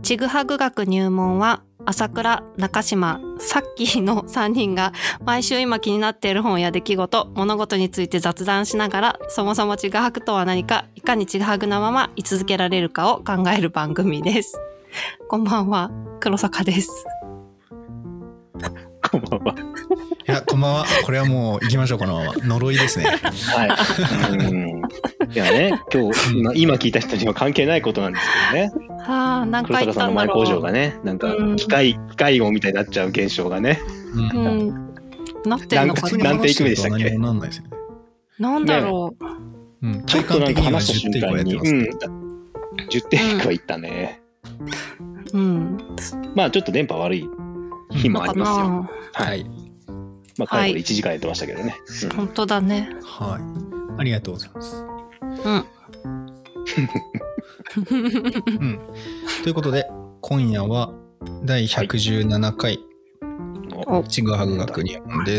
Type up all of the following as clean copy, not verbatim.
ちぐはぐ学入門は朝倉、中島、さっきの3人が毎週今気になっている本や出来事、物事について雑談しながら、そもそもちぐはぐとは何か、いかにちぐはぐなまま居続けられるかを考える番組です。こんばんは、黒坂です。 こんばんは。 いや、こんばんは。これはもう行きましょう、このまま。呪いですね。 はい。いやね、今聞いた人には関係ないことなんですけどね。 はあ、なんか言ったんだろう。 黒坂さんの前工場がね、なんか機械音みたいになっちゃう現象がね。 なってるのかな。 何テイク目でしたっけ？ なんだろう。 ね、ちょっとなんか話した瞬間に、10テイクはいったね。まあちょっと電波悪い日もありますよ。はい。まあ、かれこれ1時間やってましたけどね。 本当だね。 はい。ありがとうございます。ということで、今夜は第117回、ちぐはぐ学入門です。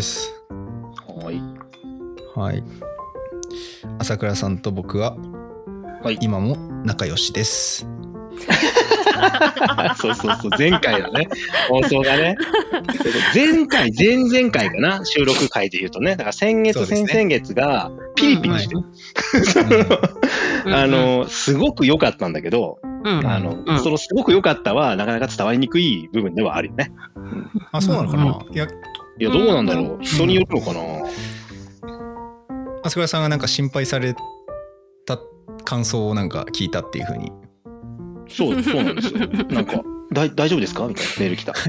はい。朝倉さんと僕は、今も仲良しです。 そう前回のね放送がね前々回かな、収録回で言うとね、だから先月、先々月がピリピリしてる、すごく良かったんだけど、そのすごく良かったはなかなか伝わりにくい部分ではあるよね。 あ、そうなのかな。いやどうなんだろう、人によるのかな。 朝倉さんがなんか心配された感想をなんか聞いたっていう風に。 そうなんですよ。なんか大丈夫ですかみたいなメール来た。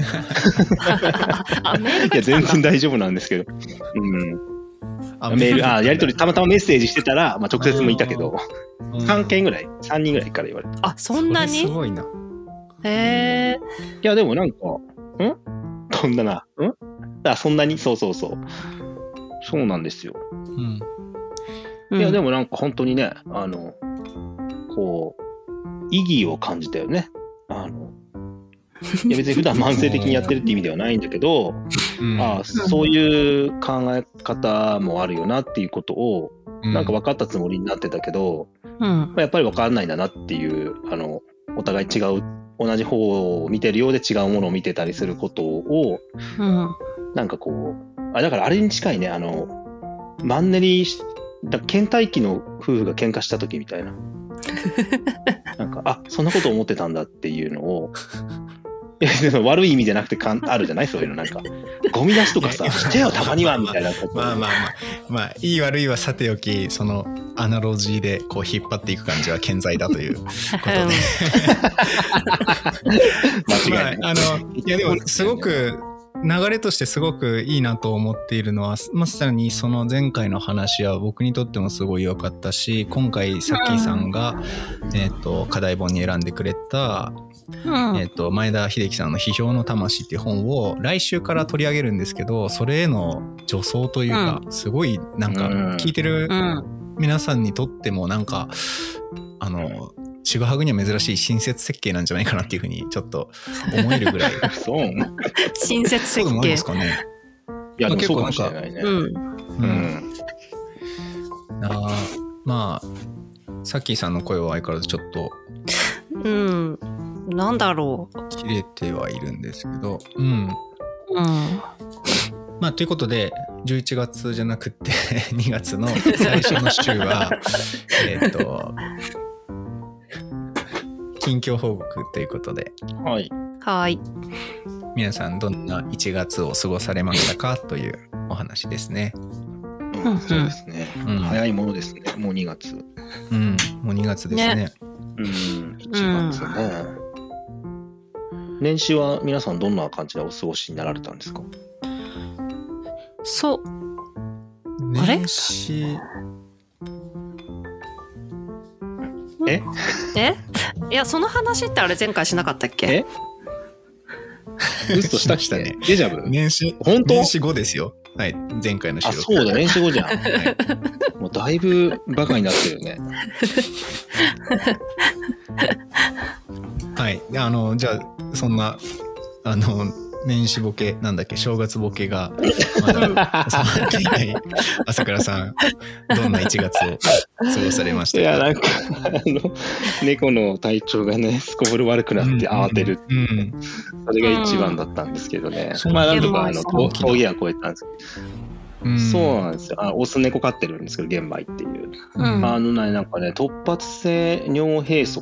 いや全然大丈夫なんですけど。メールやり取りたまたまメッセージしてたら、まあ、直接もいたけど、3件ぐらい3人ぐらいから言われて。 あ、そんなに？ すごいな。 へえ。 いやでもなんかこんななそんなにそうなんですよ。いやでもなんか本当にね、こう意義を感じたよね。いや別に普段慢性的にやってるって意味ではないんだけど、そういう考え方もあるよなっていうことをなんか分かったつもりになってたけど、やっぱり分かんないんだなっていう、お互い違う、同じ方を見てるようで違うものを見てたりすることを、なんかこうだからあれに近いね、マンネリ倦怠期の夫婦が喧嘩した時みたいな。なんかそんなこと思ってたんだっていうのを悪い意味じゃなくてあるじゃない、そういうの。なんかゴミ出しとかさしてよたまにはみたいなこと。 まあいい悪いはさておき、そのアナロジーでこう引っ張っていく感じは健在だということで間違いない。 いやでもすごく流れとしてすごくいいなと思っているのは、まさにその前回の話は僕にとってもすごい良かったし、今回さっきーさんが、課題本に選んでくれた、前田秀樹さんの批評の魂っていう本を来週から取り上げるんですけど、それへの助走というか、すごいなんか聞いてる皆さんにとってもなんかちぐはぐには珍しい親切設計なんじゃないかなっていうふうにちょっと思えるぐらい。 そう親切設計。 そうですかね。 いや、結構なんかまあさっきーさんの声は相変わらずちょっとなんだろう、 切れてはいるんですけど、まあということで11月じゃなくて2月の最初の週は近況報告ということで、皆さんどんな1月を過ごされましたかというお話ですね。 そうですね、早いものですね。もう2月。 もう2月ですね。 1月ね。年始は皆さんどんな感じでお過ごしになられたんですか？ 年始いや、その話ってあれ前回しなかったっけ？ 嘘したね。デジャブ？ 年始本当？ 年始後ですよ。はい、前回の収録。 そうだ、年始後じゃん。もうだいぶバカになってるよね。 はい、じゃあそんな年始ボケなんだっけ、正月ボケがまだ収まっていない朝倉さん、どんな1月を過ごされましたか？ いや、なんか猫の体調がねすこぶる悪くなって慌てるっていうね、それが一番だったんですけどね、まあなんとか峠は越えたんですけど、そうなんですよ。オス猫飼ってるんですけど、玄米っていう、なんかね、突発性尿閉塞、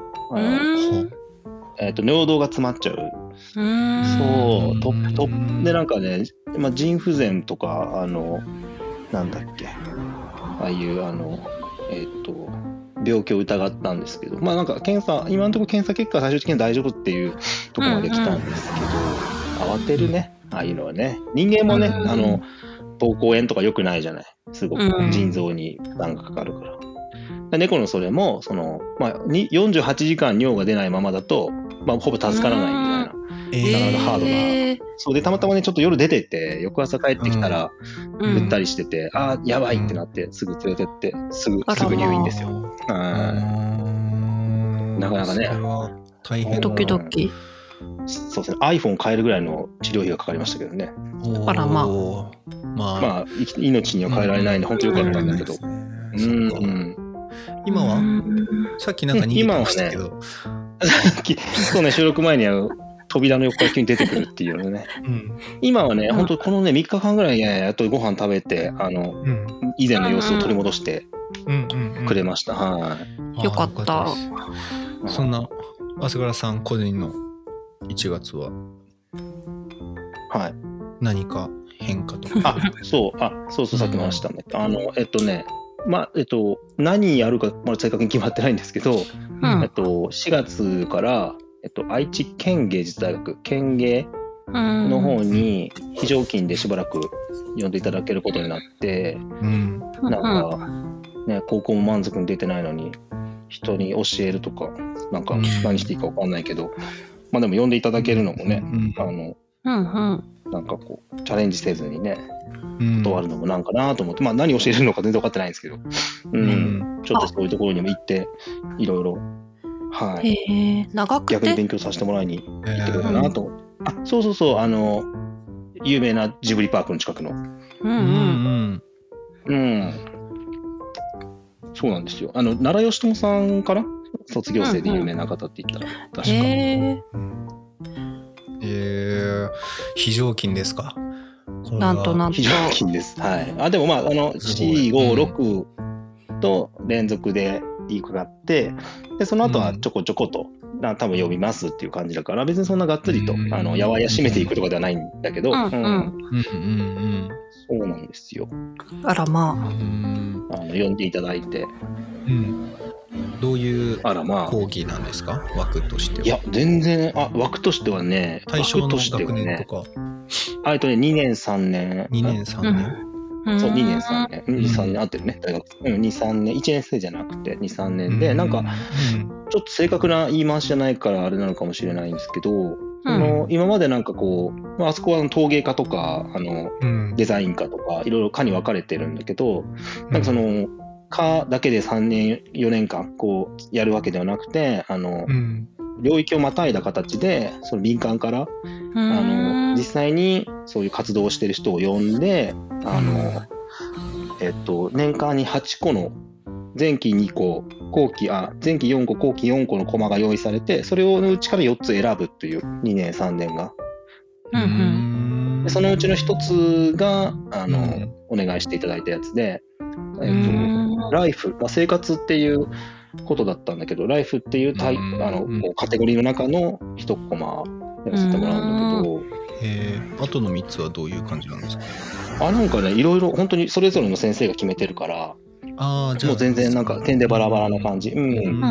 尿道が詰まっちゃう。そうでなんかね、腎不全とかなんだっけ、ああいう病気を疑ったんですけど、まあなんか今のところ検査結果は最終的には大丈夫っていうところまで来たんですけど、慌てるね、ああいうのはね。人間もね、膀胱炎とか良くないじゃない。すごく腎臓に負担がかかるから。猫のそれも48時間尿が出ないままだと、ほぼ助からないみたいな。なかなかハードな。そうでたまたまねちょっと夜出てって翌朝帰ってきたらぐったりしてて、やばいってなってすぐ連れてってすぐ入院ですよ。なかなかね。 大変。 ドキドキ。 そうですね。iPhone 買えるぐらいの治療費がかかりましたけどね。 あらまあ命には変えられないんで本当良かったんだけど。 今はさっきなんか逃げてましたけど。 そうね、収録前には扉の横から急に出てくるっていうのね、今はね、本当このね3日間ぐらいやっとご飯食べて以前の様子を取り戻してくれました。 よかった。 そんな朝倉さん個人の1月は何か変化とか？ そうさっきも話したんだけど、何やるかまだ正確に決まってないんですけど、4月から愛知県芸術大学県芸の方に非常勤でしばらく呼んでいただけることになって、なんかね、高校も満足に出てないのに人に教えるとかなんか何していいか分かんないけど、でも呼んでいただけるのもね、なんかこうチャレンジせずにね断るのもなんかなと思って、何教えるのか全然分かってないんですけど、ちょっとそういうところにも行っていろいろ長くて逆に勉強させてもらいに行ってくれたなと思って、そう有名なジブリパークの近くのそうなんですよ。奈良義友さんかな、卒業生で有名な方って言ったら確か。 非常勤ですか？ なんと非常勤です。でも4、5、6と連続で伺って、でその後はちょこちょこと多分呼びますっていう感じだから、別にそんながっつりとやわや締めていくとかではないんだけど、そうなんですよ。 あらまあ。呼んでいただいて。 どういう講義なんですか？枠としては。 いや全然枠としてはね、 対象の学年とか。 2年3年。 2年3年。 そう2年3年2、3年合ってるね、大学2、3年1年生じゃなくて2、3年で、なんかちょっと正確な言い回しじゃないからあれなのかもしれないんですけど、今までなんかこうあそこは陶芸家とかデザイン科とかいろいろ科に分かれてるんだけど、なんかその科だけで3年4年間こうやるわけではなくて、領域をまたいだ形でその民間から実際にそういう活動をしてる人を呼んで、年間に8個の前期2個前期4個後期4個のコマが用意されて、それをのうちから4つ選ぶという2年3年が、でそのうちの1つがお願いしていただいたやつで、ライフ、生活っていうことだったんだけど、ライフっていうカテゴリーの中の1コマやらせてもらうんだけど、 あとの3つはどういう感じなんですか？ なんかね、いろいろ本当にそれぞれの先生が決めてるから、 じゃもう全然なんか点でバラバラな感じ。領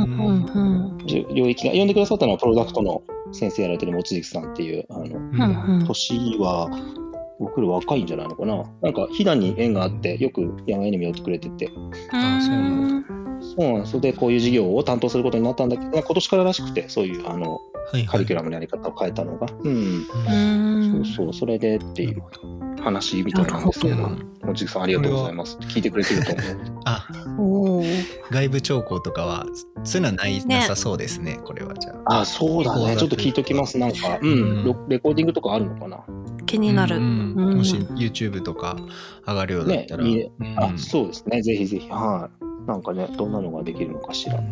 域が呼んでくださったのはプロダクトの先生やられてる望月さんっていう年は僕ら若いんじゃないのかな。なんか飛騨に縁があってよく山にも寄ってくれてて、 そうなんだ。 それでこういう事業を担当することになったんだけど、今年かららしくて、そういうカリキュラムのやり方を変えたのが、それでっていう話みたいなんですけど、望月さんありがとうございます。聞いてくれてると思う。 外部兆候とかはそういうのはなさそうですね、これはじゃあ。 そうだね。ちょっと聞いときます。なんか、レコーディングとかあるのかな。 気になる。 もし YouTube とか上がるようだったら。 そうですね。ぜひぜひ。なんかね、どんなのができるのかしら。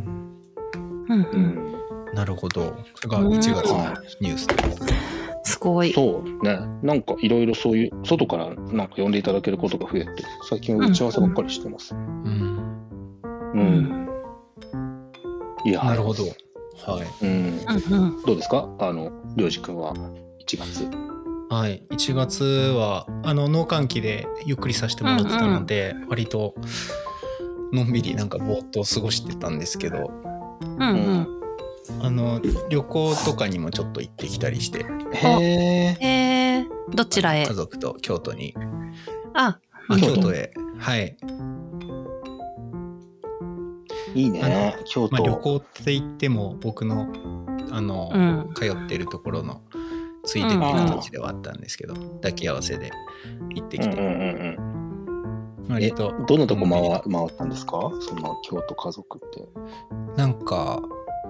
なるほど。それが1月のニュースです。 すごい。 そうね。なんかいろいろそういう外からなんか呼んでいただけることが増えて、最近は打ち合わせばっかりしてます。いや、 なるほど。はい。 どうですか、りょうじくんは1月。 はい、1月は農閑期でゆっくりさせてもらってたので、割とのんびりなんかぼーっと過ごしてたんですけど、旅行とかにもちょっと行ってきたりして。 どちらへ？ 家族と京都に。 京都へ。はい。 いいね、京都。 旅行って言っても僕の通っているところのついでって形ではあったんですけど、抱き合わせで行ってきて。割とどのとこ回ったんですか？そんな京都家族って。 なんか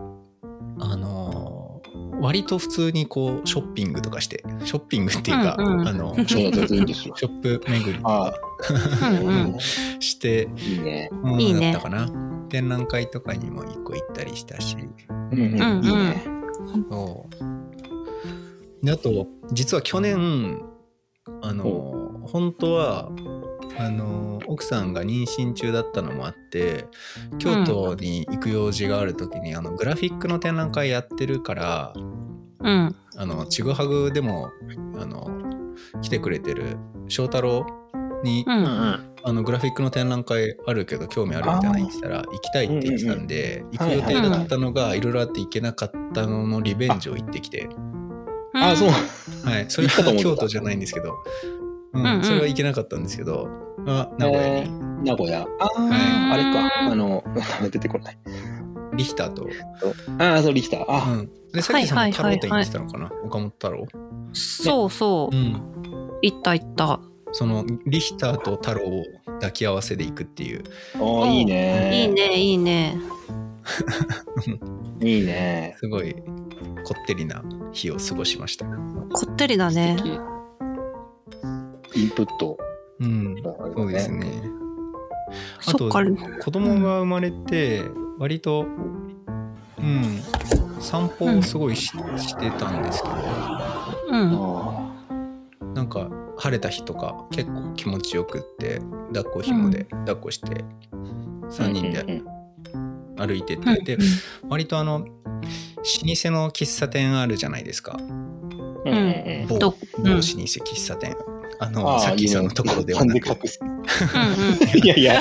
割と普通にこうショッピングとかして、ショッピングっていうか、ショップ巡りとかしていいね、だったかな。展覧会とかにも1個行ったりしたし、いいね。であと実は去年本当は奥さんが妊娠中だったのもあって、京都に行く用事がある時にグラフィックの展覧会やってるから、ちぐはぐでも来てくれてる翔太郎に、グラフィックの展覧会あるけど興味あるみたいな言ってたら行きたいって言ってたんで、行く予定だったのがいろいろあって行けなかったののリベンジを行ってきて。 そう。 はい、それは京都じゃないんですけど、それは行けなかったんですけど、名古屋に。 名古屋。あれか、出てこない。 リヒターと。 そう、リヒター。 で、さっきさんも太郎店行ってたのかな、岡本太郎。 そう。行った。 そのリヒターと太郎を抱き合わせで行くっていう。 いいね。 いいね。 いいね。 すごいこってりな日を過ごしました。 こってりだね。 インプット。 そうですね。あと子供が生まれて割と散歩をすごいしてたんですけど、なんか晴れた日とか結構気持ちよくって抱っこ紐で抱っこして3人で歩いてて、で割と老舗の喫茶店あるじいですか。某老舗喫茶店。さっきさんのところではなく。いやいや。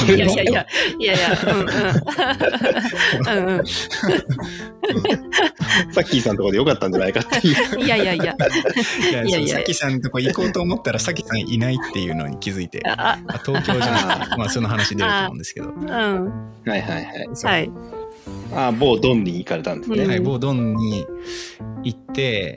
さっきさんのところでよかったんじゃないかっていう。 いや。 さっきさんのとこ行こうと思ったらさっきさんいないっていうのに気づいて、東京じゃなくて、その話出ると思うんですけど。 はい。某ドンに行かれたんですね。 はい、某ドンに行って、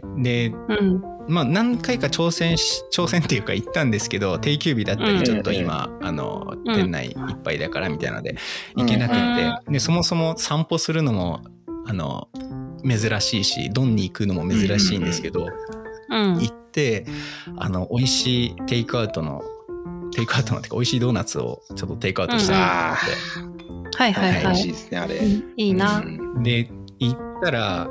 で、何回か挑戦っていうか行ったんですけど、定休日だったりちょっと今、店内いっぱいだからみたいなので行けなくて、でそもそも散歩するのも珍しいし、ドンに行くのも珍しいんですけど、行って美味しいテイクアウトのっていうか美味しいドーナツをちょっとテイクアウトしたいなと思って、 美味しいですねあれ。 いいな。 で行ったら、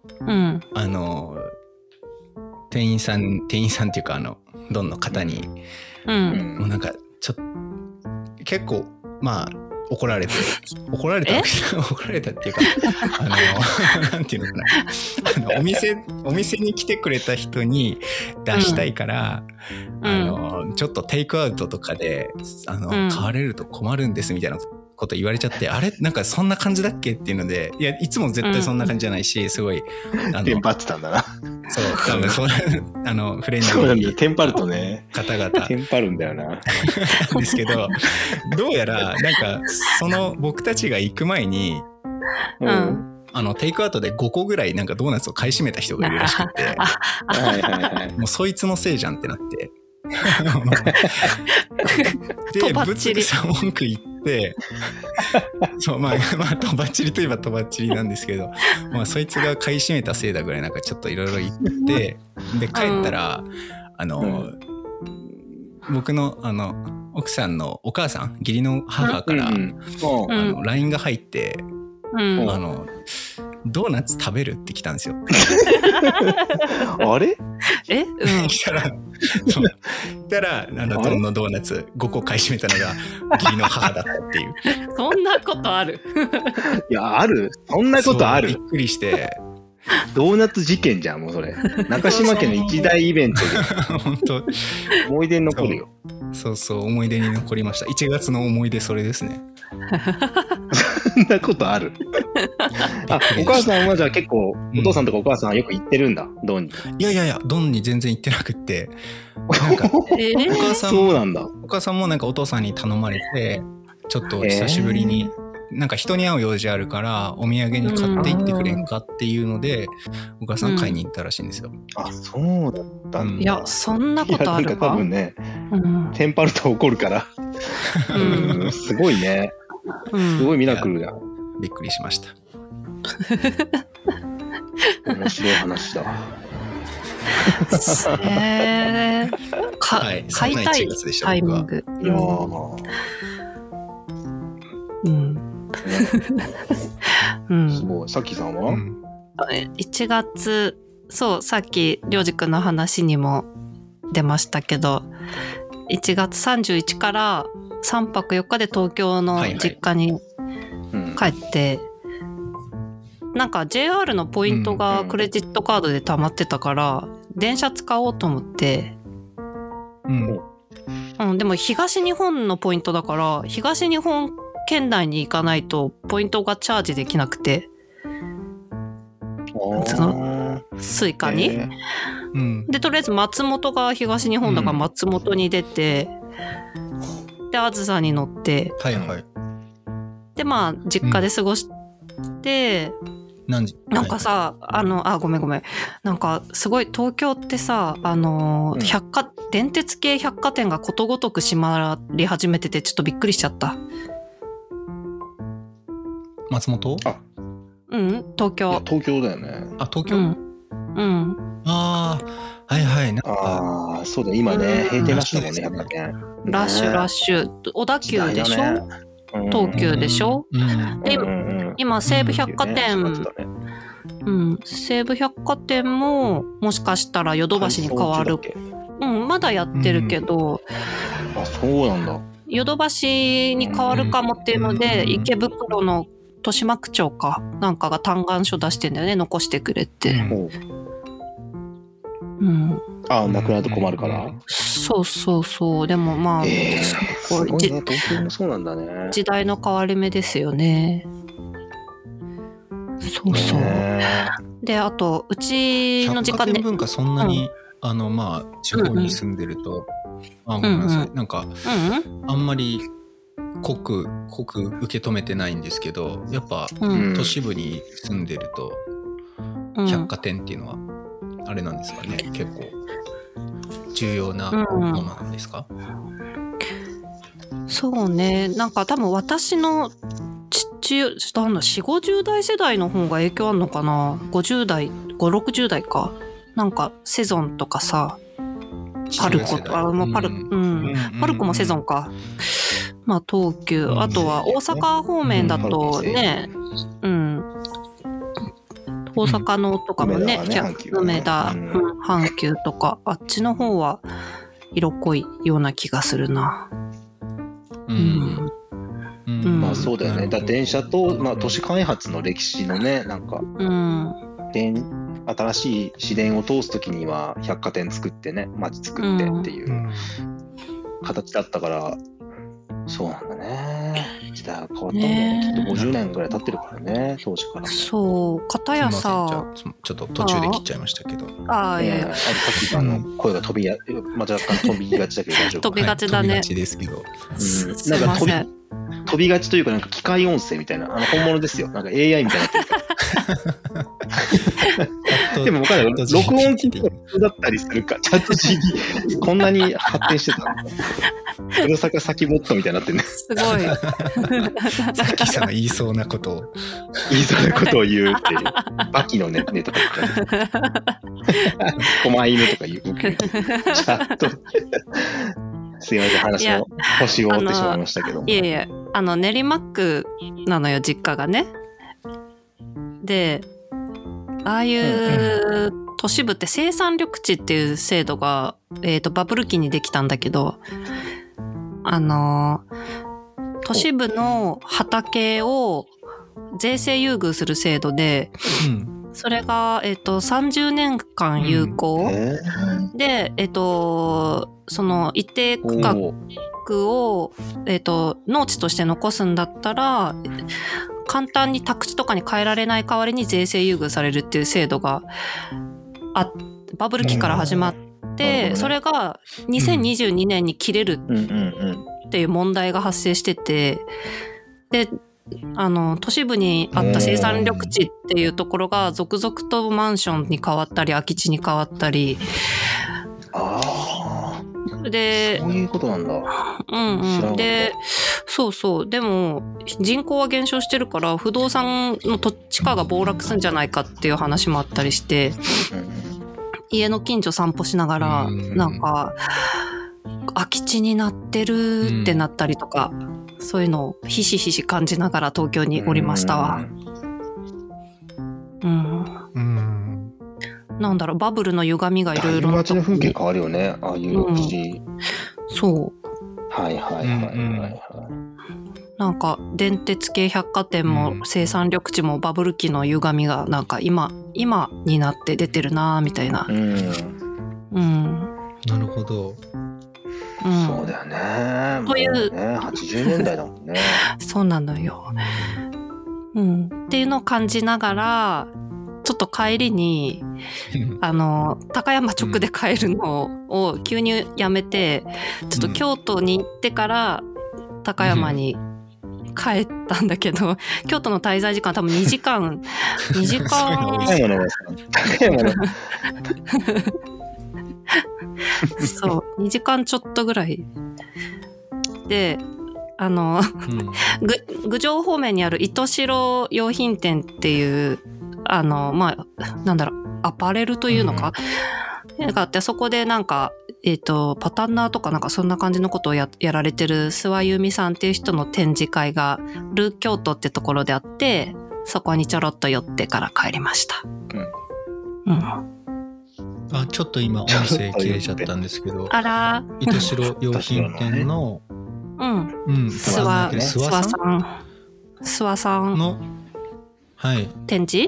店員さんっていうかドンの方に、もうなんかちょっと結構怒られた怒られたっていうかなんていうのかな、お店に来てくれた人に出したいから、ちょっとテイクアウトとかで買われると困るんですみたいなこと言われちゃって、あれなんかそんな感じだっけっていうので、いやいつも絶対そんな感じじゃないし、すごいテンパってたんだな。 そう多分フレンドリーテンパるとね方々 テンパるんだよなですけど、どうやらなんかその僕たちが行く前に、テイクアウトで5個ぐらいなんかドーナツを買い占めた人がいるらしくてもうそいつのせいじゃんってなってでぶつけさ文句言ってそうまあとばっちりといえばとばっちりなんですけど、まあそいつが買い占めたせいだぐらいなんかちょっといろいろ言ってで帰ったら僕の奥さんのお母さん義理の母から、LINE が入って、ドーナツ食べるって来たんですよ。 あれ？ したらどんのドーナツ5個買い占めたのが義理の母だったっていう。 そんなことある？ いや、ある？そんなことある？ びっくりして。 ドーナツ事件じゃん、もうそれ。中島家の一大イベントで。 本当。 思い出に残るよ。 そう、思い出に残りました。1月の思い出それですね。 そんなことある？お母さんはじゃあ結構、お父さんとかお母さんはよく行ってるんだ、ドンに。 いや、ドンに全然行ってなくって、なんか、お母さんそうなんだ。 お母さんもなんかお父さんに頼まれて、ちょっと久しぶりに、なんか人に会う用事あるからお土産に買っていってくれんかっていうので、お母さん買いに行ったらしいんですよ。 あ、そうだったんだ。 いや、そんなことあるか？ なんか多分ね、テンパると怒るから。すごいね。すごいミラクルだ。 びっくりしました。 面白い話だ。 買いたいタイミング。 いやすごい。さっきさんは ？1月、そう、さっきりょうじくんの話にも出ましたけど、1月31から3泊4日で東京の実家に帰って、なんか JR のポイントがクレジットカードで溜まってたから、電車使おうと思って、でも東日本のポイントだから、東日本県内に行かないとポイントがチャージできなくて、そのスイカに、でとりあえず松本が東日本だから松本に出て、であずさに乗って、でまあ実家で過ごして、なんかさ、ごめん、なんかすごい東京ってさ、電鉄系百貨店がことごとく閉まり始めてて、ちょっとびっくりしちゃった。 松本？ 東京。 東京だよね。 あ、東京？ああ、はい。 そうだ、今ね、閉店ラッシュだもんね、百貨店。 ラッシュ。小田急でしょ？東急でしょ？で、今、西武百貨店、西武百貨店も、もしかしたらヨドバシに変わる。まだやってるけど、 あ、そうなんだ。 ヨドバシに変わるかもっていうので、池袋の豊島区長かなんかが嘆願書出してんだよね、残してくれって。 なくなると困るから。 そう。でもまあ、 すごいね、東京もそうなんだね。 時代の変わり目ですよね。そう。で、あとうちの時間で百貨店文化そんなに、まあ地方に住んでると、ごめんなさい、なんか、あんまり濃く受け止めてないんですけど、やっぱ、都市部に住んでると、百貨店っていうのはあれなんですかね、結構重要なものなんですか？ そうね、なんか多分私の40、50代世代の方が影響あるのかな。50代、60代か。なんかセゾンとかさ、パルコとか、パルコもセゾンか。まあ東急、あとは大阪方面だとね、大阪のとかもね、梅田、阪急とか、あっちの方は色濃いような気がするな。 まあそうだよね。電車と、まあ、都市開発の歴史のね、なんか、新しい市電を通すときには百貨店作ってね、街作ってっていう形だったから、そうなんだね。時代が変わったんだよね。きっと50年ぐらい経ってるからね、当時から。 そう、片やさ、 ちょっと途中で切っちゃいましたけど。 さっき声が若干飛びがちだけど大丈夫？ 飛びがちだね。 飛びがちですけど。 なんか飛びがちというか、なんか機械音声みたいな、本物ですよ。なんか AI みたいになってる。 でも分かんない。録音機能だったりするか。チャット GPT こんなに発展してたの。黒坂先ボットみたいになってるね。 すごい。 さっきさんが言いそうなことを。 言いそうなことを言うっていう。バキのねとか言って。狛犬とか言う。チャット。すいません、話を星を追ってしまいましたけど。 いや練馬区なのよ、実家がね。で、ああいう都市部って生産緑地っていう制度が、バブル期にできたんだけど、都市部の畑を税制優遇する制度で、それが、30年間有効、で、その一定区画を、農地として残すんだったら、簡単に宅地とかに変えられない代わりに税制優遇されるっていう制度がバブル期から始まって、それが2022年に切れるっていう問題が発生してて、で、都市部にあった生産緑地っていうところが続々とマンションに変わったり空き地に変わったり、で、 そういうことなんだ。 で、そう。でも、人口は減少してるから、不動産の土地価が暴落するんじゃないかっていう話もあったりして、家の近所散歩しながら、なんか、空き地になってるってなったりとか、そういうのをひしひし感じながら東京におりましたわ。なんだろう、バブルの歪みがいろいろ。 街の風景変わるよね、ああいう空き地。 そう。 はい。 なんか電鉄系百貨店も生産緑地もバブル期の歪みがなんか今になって出てるなみたいな。 なるほど。 そうだよね。というね、80年代だもんね。 そうなのよ。っていうのを感じながら、ちょっと帰りに高山直で帰るのを急にやめて、ちょっと京都に行ってから高山に帰ったんだけど、京都の滞在時間多分2時間そう2時間ちょっとぐらいで、郡上方面にある糸代用品店っていうなんだろう、アパレルというのか、があって、そこでなんかパタンナーとかなんかそんな感じのことを やられてる諏訪由美さんっていう人の展示会がル・京都ってところであって、そこにちょろっと寄ってから帰りました。 ちょっと今音声切れちゃったんですけど、 あら、 糸代用品店の諏訪さんの展示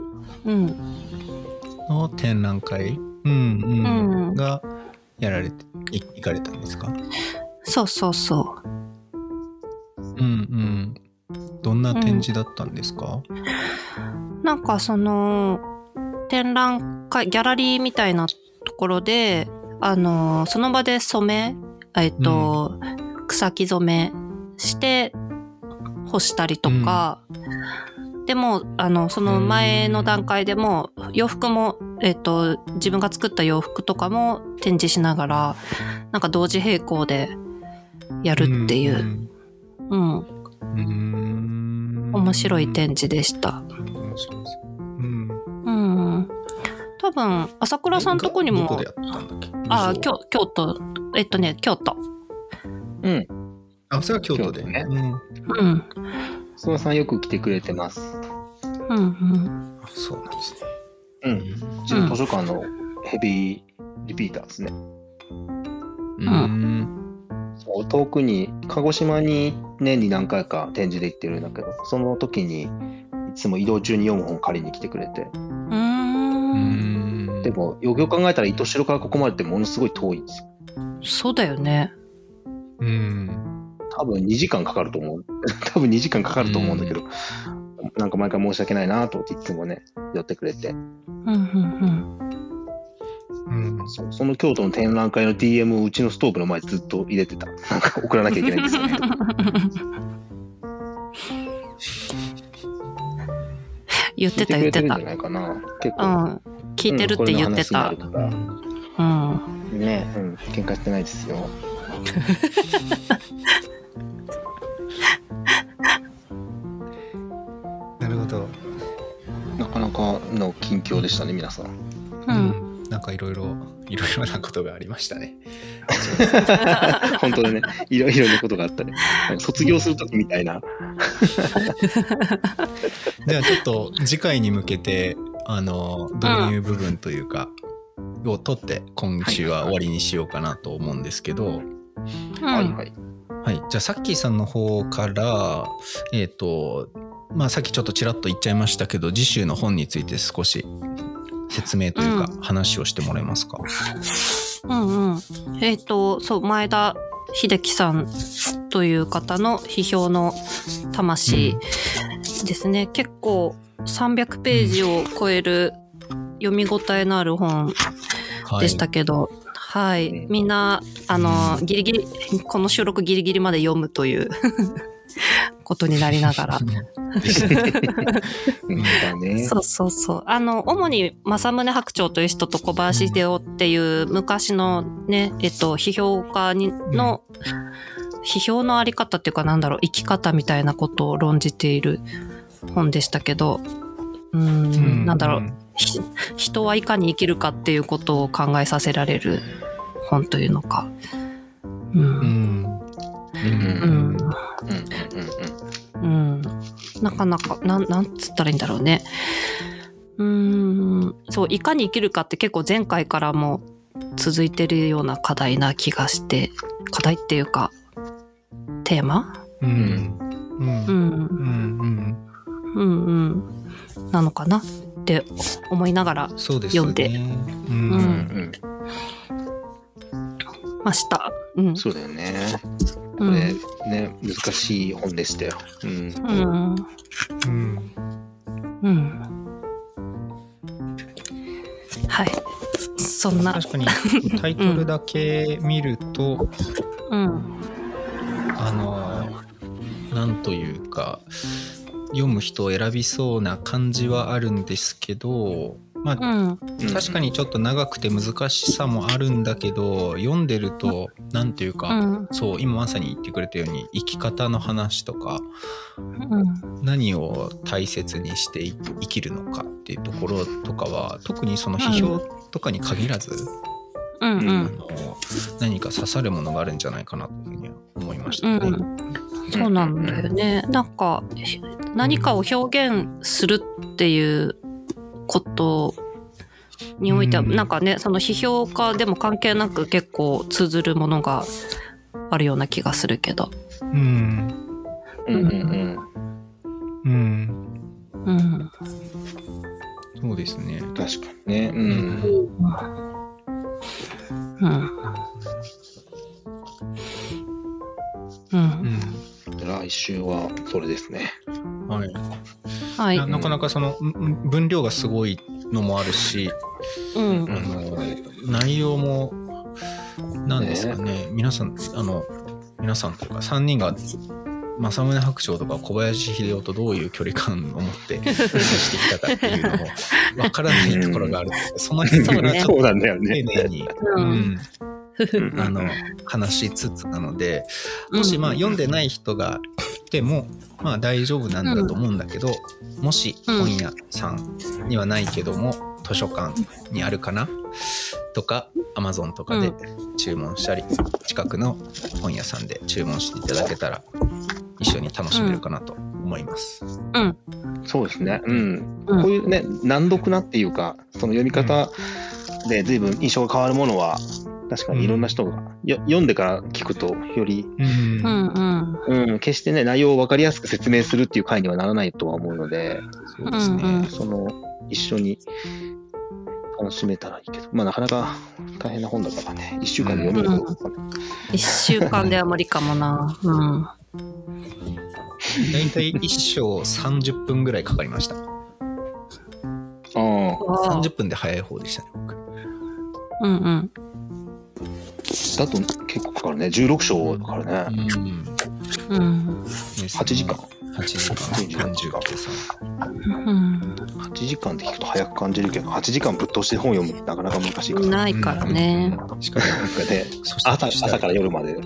の展覧会がやられて行かれたんですか？ そう。 どんな展示だったんですか？ なんかその展覧会ギャラリーみたいなところでその場で染め草木染めして干したりとか、でもその前の段階でも洋服も自分が作った洋服とかも展示しながらなんか同時並行でやるっていう面白い展示でした。面白いです。多分朝倉さんとこにもどこでやったんだっけ？ 京都京都。 それは京都でね。 諏訪さんよく来てくれてます。 そうなんですね。 うちの図書館のヘビーリピーターですね。遠くに鹿児島に年に何回か展示で行ってるんだけど、その時にいつも移動中に読む本借りに来てくれて。でもよくよく考えたら糸代からここまでってものすごい遠いんですよ。 そうだよね。 多分2時間かかると思う。んだけど、なんか毎回申し訳ないなと思っていつもね寄ってくれて。その京都の展覧会の DM をうちのストーブの前ずっと入れてた。なんか送らなきゃいけないんですよね。 言ってた。 聞いてくれてるんじゃないかな。結構、 聞いてるって言ってた。 ね、喧嘩してないですよ。 なるほど。 なかなかの近況でしたね、皆さん。 なんかいろいろなことがありましたね。 本当だね。いろいろなことがあったね。卒業するときみたいな。 じゃあちょっと次回に向けて導入部分というか、を取って今週は終わりにしようかなと思うんですけど。 はいはい。 はい。じゃあさっきーさんの方からまあさっきちょっとちらっと言っちゃいましたけど、次週の本について少し説明というか話をしてもらえますか。 そう、前田秀樹さんという方の批評の魂ですね。結構300ページを超える読み応えのある本でしたけど、はい、みんなギリギリこの収録ギリギリまで読むということになりながらそう主に正宗白鳥という人と小林秀夫っていう昔のね批評家の批評のあり方っていうか生き方みたいなことを論じている本でしたけど、人はいかに生きるかっていうことを考えさせられる本というのか。なかなかなんつったらいいんだろうね。そう、いかに生きるかって結構前回からも続いてるような課題な気がして、課題っていうかテーマなのかなって思いながら読んでました。 そうだよね。これね、難しい本でしたよ。 はい。そんな。 確かにタイトルだけ見ると、なんというか読む人を選びそうな感じはあるんですけど、確かにちょっと長くて難しさもあるんだけど、読んでるとなんていうか、そう今まさに言ってくれたように生き方の話とか、何を大切にして生きるのかっていうところとかは特にその批評とかに限らず、何か刺さるものがあるんじゃないかなというふうに思いましたね。 そうなんだよね。なんか何かを表現するっていうことにおいては、なんかね、その批評家でも関係なく結構通ずるものがあるような気がするけど。 そうですね。 確かにね。来週はそれですね。 はい。なかなかその分量がすごいのもあるし、内容も何ですかね。皆さんというか3人が正宗白鳥とか小林秀夫とどういう距離感を持って接してきたかっていうのもわからないところがある。その辺からちょっと丁寧に話しつつなので、もし読んでない人がいても大丈夫なんだと思うんだけど、もし本屋さんにはないけども図書館にあるかなとか Amazon とかで注文したり、近くの本屋さんで注文していただけたら一緒に楽しめるかなと思います。 そうですね。こういうね、難読なっていうか、その読み方で随分印象が変わるものは確かにいろんな人が読んでから聞くとより、決してね内容を分かりやすく説明するっていう回にはならないとは思うので、 そうですね。 その一緒に楽しめたらいいけど、なかなか大変な本だからね、1週間で読めるかどうかね。 1週間では無理かもな。 だいたい1章30分ぐらいかかりました。30分で早い方でしたね、僕。 だと結構かかるね。16章だからね。8時間。 8時間感じる計算。 8時間で聞くと早く感じるけど、8時間ぶっ通して本読むってなかなか難しいから。 ないからね。 しかもなんかね、 朝から夜まで。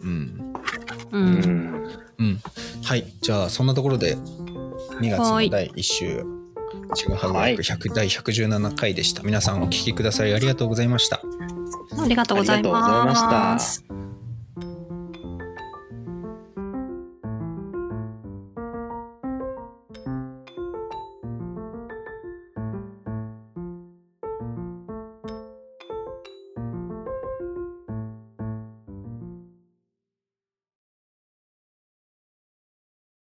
はい、じゃあそんなところで2月の第1週ちぐはぐ第117回でした。皆さんお聞きくださりありがとうございました。 ありがとうございました。